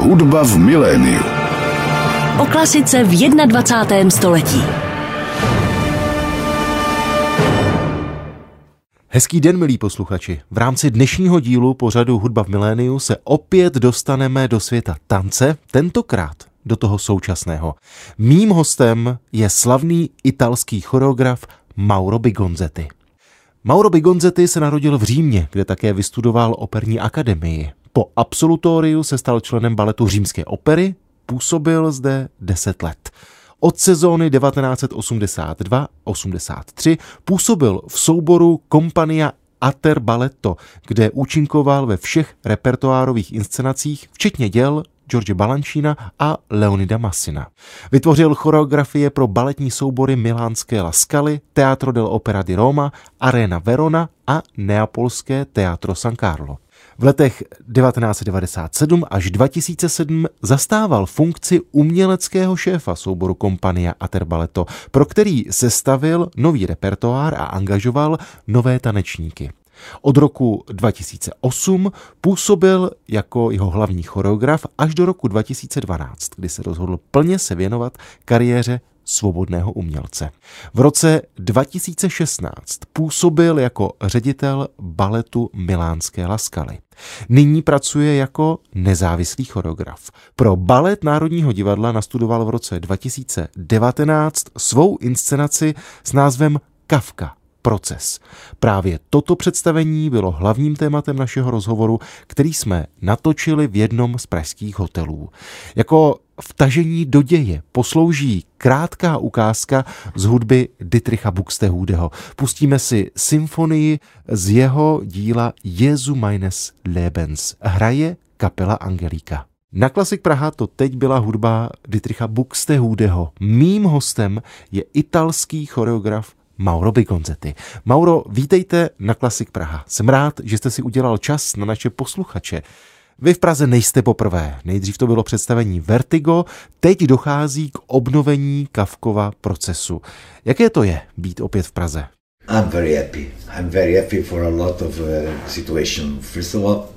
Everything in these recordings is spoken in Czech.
Hudba v miléniu. O klasice v 21. století. Hezký den, milí posluchači. V rámci dnešního dílu pořadu Hudba v miléniu se opět dostaneme do světa tance, tentokrát do toho současného. Mým hostem je slavný italský choreograf Mauro Bigonzetti. Mauro Bigonzetti se narodil v Římě, kde také vystudoval operní akademii. Po absolutoriu se stal členem baletu Římské opery, působil zde 10 let. Od sezóny 1982-83 působil v souboru Compagnia Ater-Balletto, kde účinkoval ve všech repertoárových inscenacích, včetně děl George Balanchina a Leonida Massina. Vytvořil choreografie pro baletní soubory milánské La Scala, Teatro dell'Opera di Roma, Arena Verona a neapolské Teatro San Carlo. V letech 1997 až 2007 zastával funkci uměleckého šéfa souboru Compagnia Ater-Balletto, pro který sestavil nový repertoár a angažoval nové tanečníky. Od roku 2008 působil jako jeho hlavní choreograf až do roku 2012, kdy se rozhodl plně se věnovat kariéře svobodného umělce. V roce 2016 působil jako ředitel baletu milánské La Scala. Nyní pracuje jako nezávislý choreograf. Pro balet Národního divadla nastudoval v roce 2019 svou inscenaci s názvem Kafka. Proces. Právě toto představení bylo hlavním tématem našeho rozhovoru, který jsme natočili v jednom z pražských hotelů. Jako vtažení do děje poslouží krátká ukázka z hudby Dietricha Buxtehudeho. Pustíme si symfonii z jeho díla Jesu meines Lebens. Hraje kapela Angelika. Na Klasik Praha to teď byla hudba Dietricha Buxtehudeho. Mým hostem je italský choreograf Mauro Bigonzetti. Mauro, vítejte na Klasik Praha. Jsem rád, že jste si udělal čas na naše posluchače. Vy v Praze nejste poprvé. Nejdřív to bylo představení Vertigo, teď dochází k obnovení Kafkova Procesu. Jaké to je být opět v Praze? I'm very happy for a lot of situation. First of all,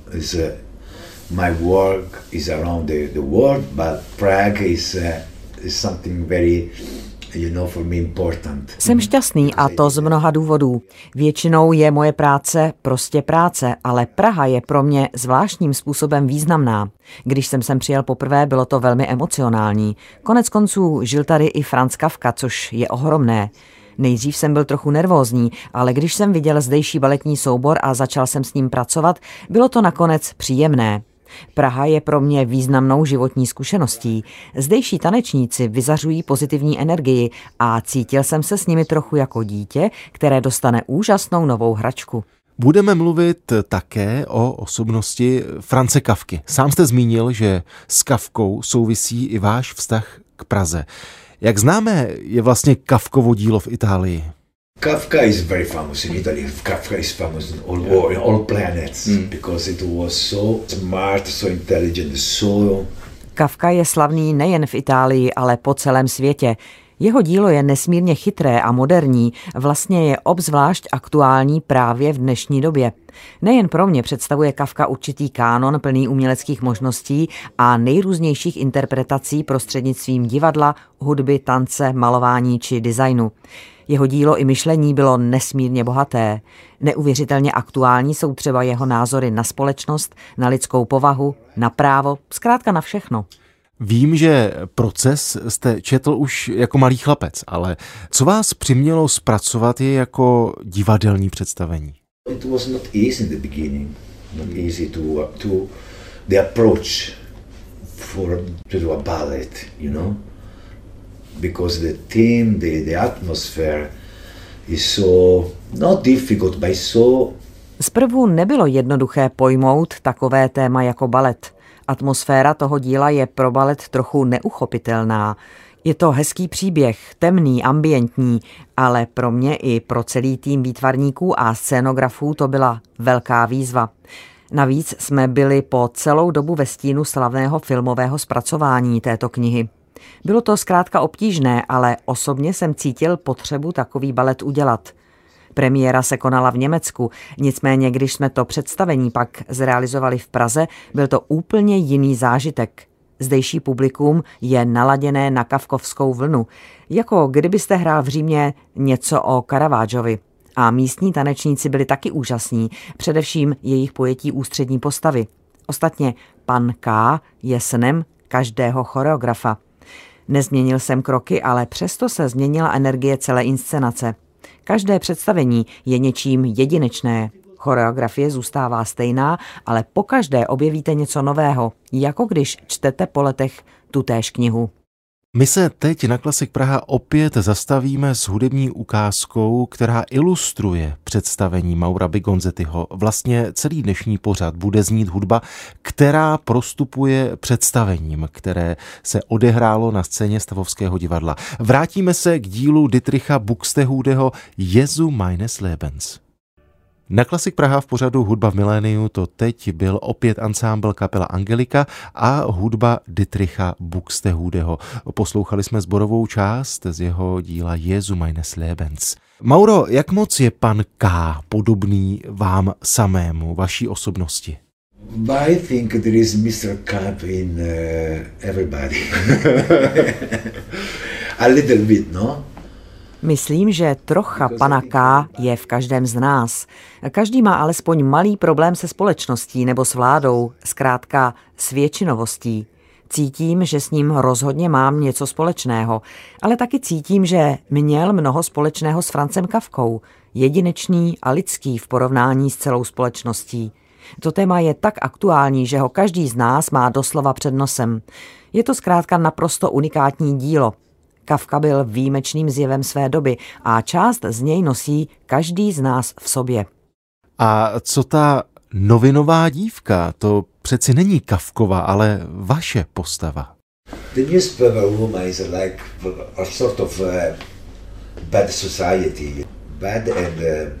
my work is around the world, but Prague is something very for me important. Jsem šťastný a to z mnoha důvodů. Většinou je moje práce prostě práce, ale Praha je pro mě zvláštním způsobem významná. Když jsem sem přijel poprvé, bylo to velmi emocionální. Konec konců žil tady i Franz Kafka, což je ohromné. Nejdřív jsem byl trochu nervózní, ale když jsem viděl zdejší baletní soubor a začal jsem s ním pracovat, bylo to nakonec příjemné. Praha je pro mě významnou životní zkušeností. Zdejší tanečníci vyzařují pozitivní energii a cítil jsem se s nimi trochu jako dítě, které dostane úžasnou novou hračku. Budeme mluvit také o osobnosti Franze Kafky. Sám jste zmínil, že s Kafkou souvisí i váš vztah k Praze. Jak známé je vlastně Kafkovo dílo v Itálii? Kafka is very famous in Italy. Kafka is famous in all world, in all planets, because it was so smart, so intelligent, Kafka je slavný nejen v Itálii, ale po celém světě. Jeho dílo je nesmírně chytré a moderní, vlastně je obzvlášť aktuální právě v dnešní době. Nejen pro mě představuje Kafka určitý kánon plný uměleckých možností a nejrůznějších interpretací prostřednictvím divadla, hudby, tance, malování či designu. Jeho dílo i myšlení bylo nesmírně bohaté. Neuvěřitelně aktuální jsou třeba jeho názory na společnost, na lidskou povahu, na právo, zkrátka na všechno. Vím, že Proces jste četl už jako malý chlapec, ale co vás přimělo zpracovat je jako divadelní představení? It was not easy in the beginning, not easy to the approach to a ballet, because the theme, the atmosphere is so not difficult, but so. Zprvu nebylo jednoduché pojmout takové téma jako balet. Atmosféra toho díla je pro balet trochu neuchopitelná. Je to hezký příběh, temný, ambientní, ale pro mě i pro celý tým výtvarníků a scénografů to byla velká výzva. Navíc jsme byli po celou dobu ve stínu slavného filmového zpracování této knihy. Bylo to zkrátka obtížné, ale osobně jsem cítil potřebu takový balet udělat. Premiéra se konala v Německu, nicméně když jsme to představení pak zrealizovali v Praze, byl to úplně jiný zážitek. Zdejší publikum je naladěné na kafkovskou vlnu, jako kdybyste hrál v Římě něco o Caravaggiovy. A místní tanečníci byli taky úžasní, především jejich pojetí ústřední postavy. Ostatně pan K. je snem každého choreografa. Nezměnil jsem kroky, ale přesto se změnila energie celé inscenace. Každé představení je něčím jedinečné. Choreografie zůstává stejná, ale pokaždé objevíte něco nového, jako když čtete po letech tutéž knihu. My se teď na Klasik Praha opět zastavíme s hudební ukázkou, která ilustruje představení Maura Bigonzettiho. Vlastně celý dnešní pořad bude znít hudba, která prostupuje představením, které se odehrálo na scéně Stavovského divadla. Vrátíme se k dílu Dietricha Buxtehudeho Jesu meines Lebens. Na Klasik Praha v pořadu Hudba v miléniu to teď byl opět ansámbl kapela Angelika a hudba Dietricha Buxtehudeho. Poslouchali jsme sborovou část z jeho díla Jesu meines Lebens. Mauro, jak moc je pan K. podobný vám samému, vaší osobnosti? I think there is Mr. K in everybody. A little bit, no? Myslím, že trocha pana K. je v každém z nás. Každý má alespoň malý problém se společností nebo s vládou, zkrátka s většinovostí. Cítím, že s ním rozhodně mám něco společného, ale taky cítím, že měl mnoho společného s Francem Kafkou, jedinečný a lidský v porovnání s celou společností. To téma je tak aktuální, že ho každý z nás má doslova před nosem. Je to zkrátka naprosto unikátní dílo. Kafka byl výjimečným zjevem své doby a část z něj nosí každý z nás v sobě. A co ta novinová dívka? To přeci není Kafkova, ale vaše postava. The newspaper woman is like a sort of bad society. Bad and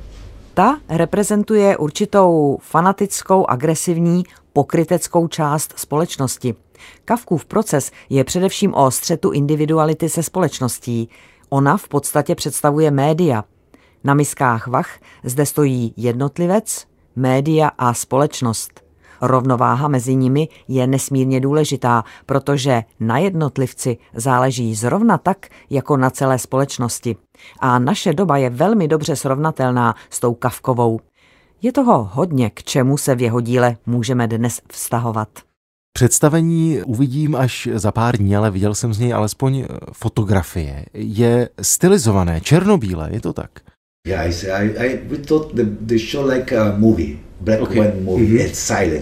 Ta reprezentuje určitou fanatickou, agresivní, pokryteckou část společnosti. Kafkův proces je především o střetu individuality se společností. Ona v podstatě představuje média. Na miskách vah zde stojí jednotlivec, média a společnost. Rovnováha mezi nimi je nesmírně důležitá, protože na jednotlivci záleží zrovna tak, jako na celé společnosti. A naše doba je velmi dobře srovnatelná s tou Kafkovou. Je toho hodně, k čemu se v jeho díle můžeme dnes vztahovat. Představení uvidím až za pár dní, ale viděl jsem z něj alespoň fotografie. Je stylizované, černobílé, je to tak? yeah, we thought the show like a movie, black and white movie, and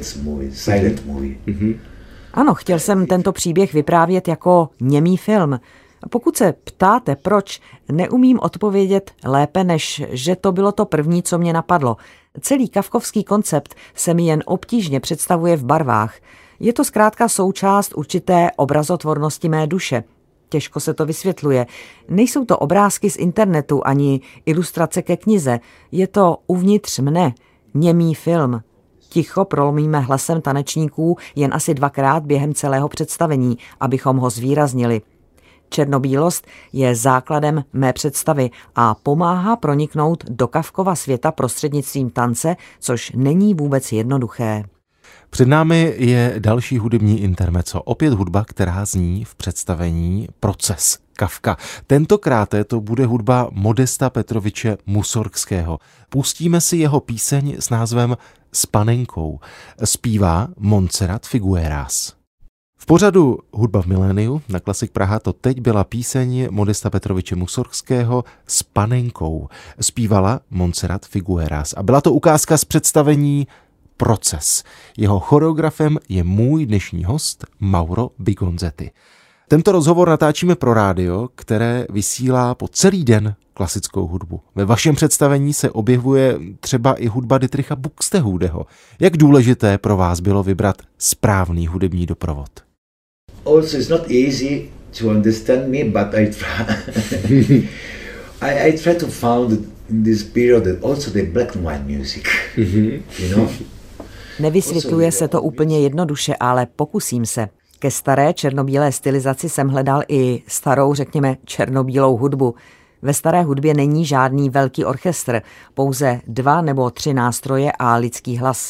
silent movie. Ano, chtěl jsem tento příběh vyprávět jako němý film. Pokud se ptáte, proč, neumím odpovědět lépe, než že to bylo to první, co mě napadlo. Celý kafkovský koncept se mi jen obtížně představuje v barvách. Je to zkrátka součást určité obrazotvornosti mé duše. Těžko se to vysvětluje. Nejsou to obrázky z internetu ani ilustrace ke knize. Je to uvnitř mne, němý film. Ticho prolomíme hlasem tanečníků jen asi 2krát během celého představení, abychom ho zvýraznili. Černobílost je základem mé představy a pomáhá proniknout do Kafkova světa prostřednictvím tance, což není vůbec jednoduché. Před námi je další hudební intermezzo. Opět hudba, která zní v představení Proces Kafka. Tentokrát to bude hudba Modesta Petroviče Musorgského. Pustíme si jeho píseň s názvem S panenkou. Zpívá Montserrat Figueras. V pořadu Hudba v miléniu na Klasik Praha to teď byla píseň Modesta Petroviče Musorgského S panenkou. Zpívala Montserrat Figueras a byla to ukázka z představení Proces. Jeho choreografem je můj dnešní host Mauro Bigonzetti. Tento rozhovor natáčíme pro rádio, které vysílá po celý den klasickou hudbu. Ve vašem představení se objevuje třeba i hudba Dietricha Buxtehudeho. Jak důležité pro vás bylo vybrat správný hudební doprovod? Also, it's not easy to understand me, but I try. I try to find in this period also the black and white music. You know? Nevysvětluje se to úplně jednoduše, ale pokusím se. Ke staré černobílé stylizaci jsem hledal i starou, řekněme, černobílou hudbu. Ve staré hudbě není žádný velký orchestr, pouze 2 nebo 3 nástroje a lidský hlas.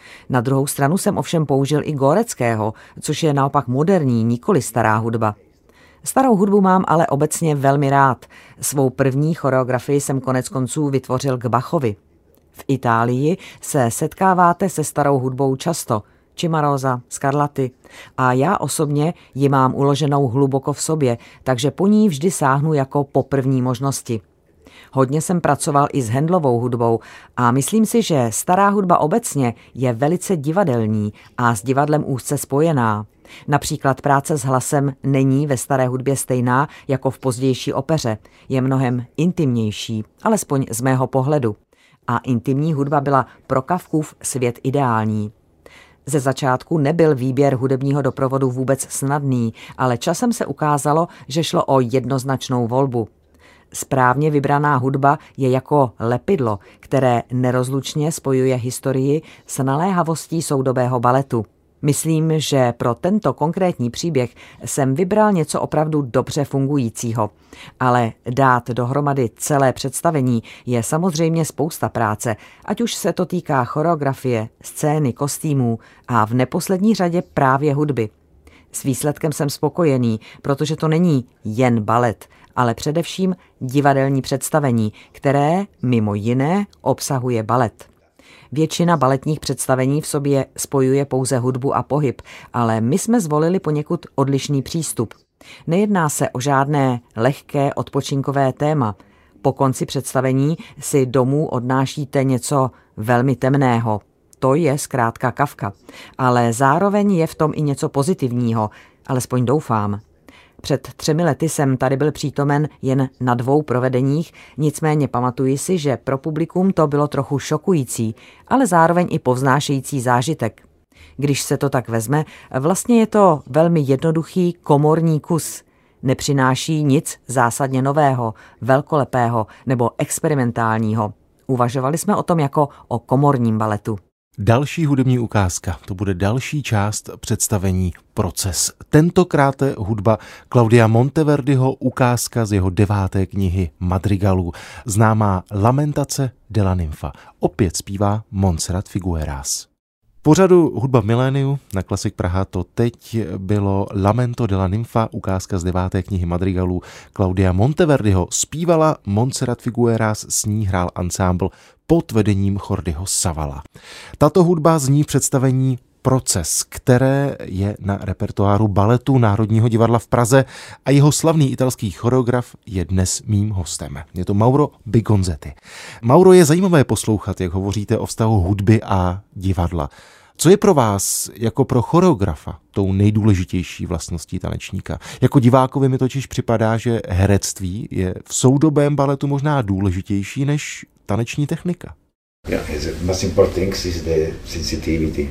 Na druhou stranu jsem ovšem použil i Góreckého, což je naopak moderní, nikoli stará hudba. Starou hudbu mám ale obecně velmi rád. Svou první choreografii jsem koneckonců vytvořil k Bachovi. V Itálii se setkáváte se starou hudbou často, Cimarosa, Scarlatti, a já osobně ji mám uloženou hluboko v sobě, takže po ní vždy sáhnu jako po první možnosti. Hodně jsem pracoval i s Handlovou hudbou a myslím si, že stará hudba obecně je velice divadelní a s divadlem úzce spojená. Například práce s hlasem není ve staré hudbě stejná jako v pozdější opeře. Je mnohem intimnější, alespoň z mého pohledu. A intimní hudba byla pro Kafkův svět ideální. Ze začátku nebyl výběr hudebního doprovodu vůbec snadný, ale časem se ukázalo, že šlo o jednoznačnou volbu. Správně vybraná hudba je jako lepidlo, které nerozlučně spojuje historii s naléhavostí soudobého baletu. Myslím, že pro tento konkrétní příběh jsem vybral něco opravdu dobře fungujícího. Ale dát dohromady celé představení je samozřejmě spousta práce, ať už se to týká choreografie, scény, kostýmů a v neposlední řadě právě hudby. S výsledkem jsem spokojený, protože to není jen balet, ale především divadelní představení, které mimo jiné obsahuje balet. Většina baletních představení v sobě spojuje pouze hudbu a pohyb, ale my jsme zvolili poněkud odlišný přístup. Nejedná se o žádné lehké odpočinkové téma. Po konci představení si domů odnášíte něco velmi temného. To je zkrátka Kafka. Ale zároveň je v tom i něco pozitivního, alespoň doufám. Před 3 lety jsem tady byl přítomen jen na 2 provedeních, nicméně pamatuji si, že pro publikum to bylo trochu šokující, ale zároveň i povznášející zážitek. Když se to tak vezme, vlastně je to velmi jednoduchý komorní kus. Nepřináší nic zásadně nového, velkolepého nebo experimentálního. Uvažovali jsme o tom jako o komorním baletu. Další hudební ukázka, to bude další část představení Proces. Tentokrát hudba Claudia Monteverdiho, ukázka z jeho 9. knihy Madrigalů, známá Lamentace della Ninfa. Opět zpívá Montserrat Figueras. V pořadu Hudba miléniu na Klasik Praha to teď bylo Lamento della Ninfa, ukázka z 9. knihy Madrigalů Claudia Monteverdiho. Zpívala Montserrat Figueras, s ní hrál ansámbl pod vedením Jordiho Savala. Tato hudba zní v představení Proces, které je na repertoáru baletu Národního divadla v Praze a jeho slavný italský choreograf je dnes mým hostem. Je to Mauro Bigonzetti. Mauro, je zajímavé poslouchat, jak hovoříte o vztahu hudby a divadla. Co je pro vás, jako pro choreografa, tou nejdůležitější vlastností tanečníka? Jako divákovi mi totiž připadá, že herectví je v soudobém baletu možná důležitější než taneční technika. Yeah, the most important thing is the sensitivity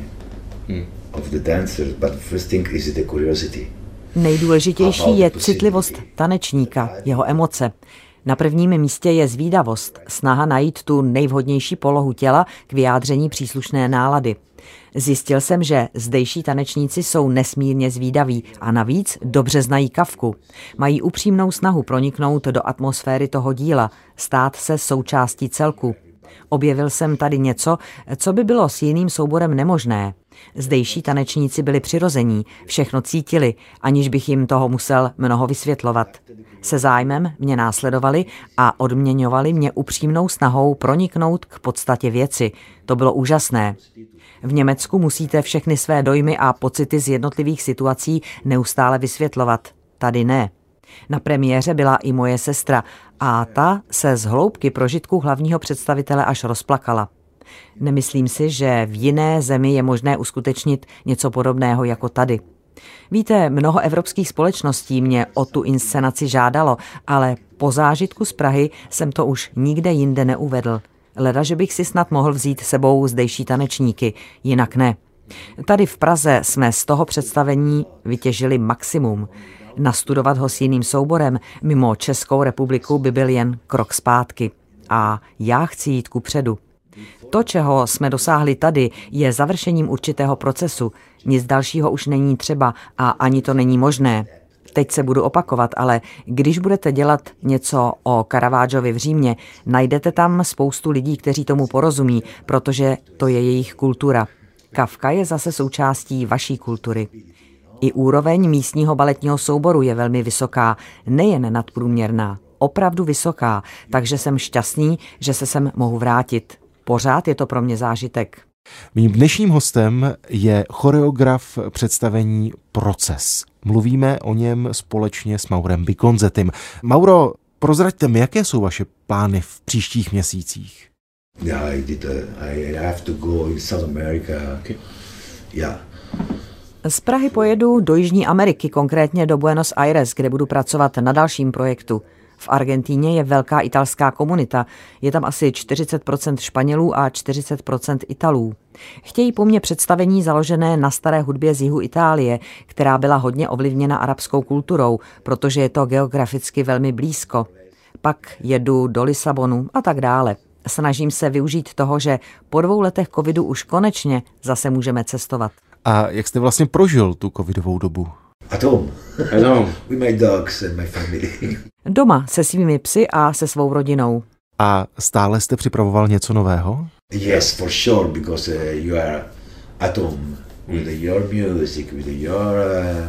of the dancer, but first thing is the curiosity. Nejdůležitější je citlivost tanečníka, jeho emoce. Na prvním místě je zvídavost, snaha najít tu nejvhodnější polohu těla k vyjádření příslušné nálady. Zjistil jsem, že zdejší tanečníci jsou nesmírně zvídaví a navíc dobře znají Kafku. Mají upřímnou snahu proniknout do atmosféry toho díla, stát se součástí celku. Objevil jsem tady něco, co by bylo s jiným souborem nemožné. Zdejší tanečníci byli přirození, všechno cítili, aniž bych jim toho musel mnoho vysvětlovat. Se zájmem mě následovali a odměňovali mě upřímnou snahou proniknout k podstatě věci. To bylo úžasné. V Německu musíte všechny své dojmy a pocity z jednotlivých situací neustále vysvětlovat. Tady ne. Na premiéře byla i moje sestra a ta se z hloubky prožitku hlavního představitele až rozplakala. Nemyslím si, že v jiné zemi je možné uskutečnit něco podobného jako tady. Víte, mnoho evropských společností mě o tu inscenaci žádalo, ale po zážitku z Prahy jsem to už nikde jinde neuvedl. Leda, že bych si snad mohl vzít sebou zdejší tanečníky, jinak ne. Tady v Praze jsme z toho představení vytěžili maximum. Nastudovat ho s jiným souborem mimo Českou republiku by byl jen krok zpátky. A já chci jít kupředu. To, čeho jsme dosáhli tady, je završením určitého procesu. Nic dalšího už není třeba a ani to není možné. Teď se budu opakovat, ale když budete dělat něco o Caravaggiově v Římě, najdete tam spoustu lidí, kteří tomu porozumí, protože to je jejich kultura. Kafka je zase součástí vaší kultury. I úroveň místního baletního souboru je velmi vysoká, nejen nadprůměrná, opravdu vysoká, takže jsem šťastný, že se sem mohu vrátit. Pořád je to pro mě zážitek. Mým dnešním hostem je choreograf představení Proces. Mluvíme o něm společně s Maurem Bikonzetim. Mauro, prozraďte mi, jaké jsou vaše plány v příštích měsících? I have to go in South America. Okay. Yeah. Z Prahy pojedu do Jižní Ameriky, konkrétně do Buenos Aires, kde budu pracovat na dalším projektu. V Argentíně je velká italská komunita, je tam asi 40% Španělů a 40% Italů. Chtějí po mně představení založené na staré hudbě z jihu Itálie, která byla hodně ovlivněna arabskou kulturou, protože je to geograficky velmi blízko. Pak jedu do Lisabonu a tak dále. Snažím se využít toho, že po 2 letech covidu už konečně zase můžeme cestovat. A jak jste vlastně prožil tu covidovou dobu? At home. With my dogs and my family. Doma se svými psy a se svou rodinou. A stále jste připravoval něco nového? Yes, for sure, because you are at home with your music, with your,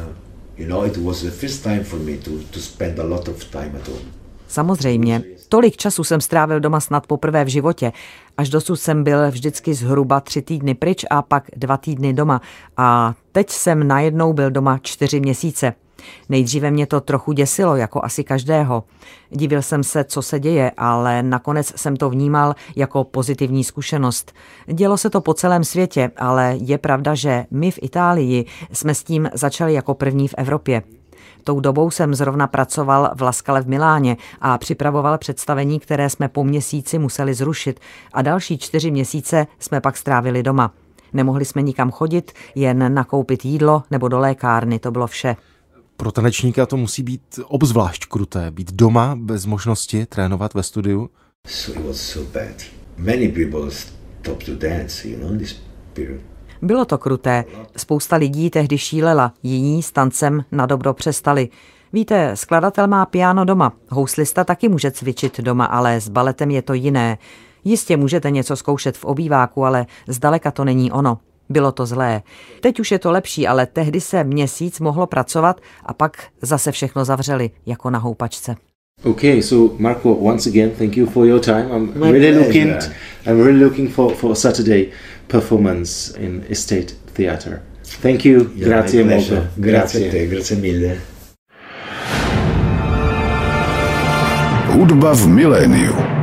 it was the first time for me to spend a lot of time at home. Samozřejmě. Tolik času jsem strávil doma snad poprvé v životě. Až dosud jsem byl vždycky zhruba 3 týdny pryč a pak 2 týdny doma. A teď jsem najednou byl doma 4 měsíce. Nejdříve mě to trochu děsilo, jako asi každého. Divil jsem se, co se děje, ale nakonec jsem to vnímal jako pozitivní zkušenost. Dělo se to po celém světě, ale je pravda, že my v Itálii jsme s tím začali jako první v Evropě. Tou dobou jsem zrovna pracoval v La Scale v Miláně a připravoval představení, které jsme po měsíci museli zrušit a další 4 měsíce jsme pak strávili doma. Nemohli jsme nikam chodit, jen nakoupit jídlo nebo do lékárny, to bylo vše. Pro tanečníka to musí být obzvlášť kruté, být doma bez možnosti trénovat ve studiu. So it was so bad. Many people stopped to dance, in this period. Bylo to kruté. Spousta lidí tehdy šílela, jiní s tancem na dobro přestali. Víte, skladatel má piano doma, houslista taky může cvičit doma, ale s baletem je to jiné. Jistě můžete něco zkoušet v obýváku, ale zdaleka to není ono. Bylo to zlé. Teď už je to lepší, ale tehdy se měsíc mohlo pracovat a pak zase všechno zavřeli, jako na houpačce. Okay, so Marco, once again, thank you for your time. I'm really looking for Saturday performance in Estate Theatre. Thank you. Grazie molto. Grazie a te, grazie mille. Hudba v miléniu.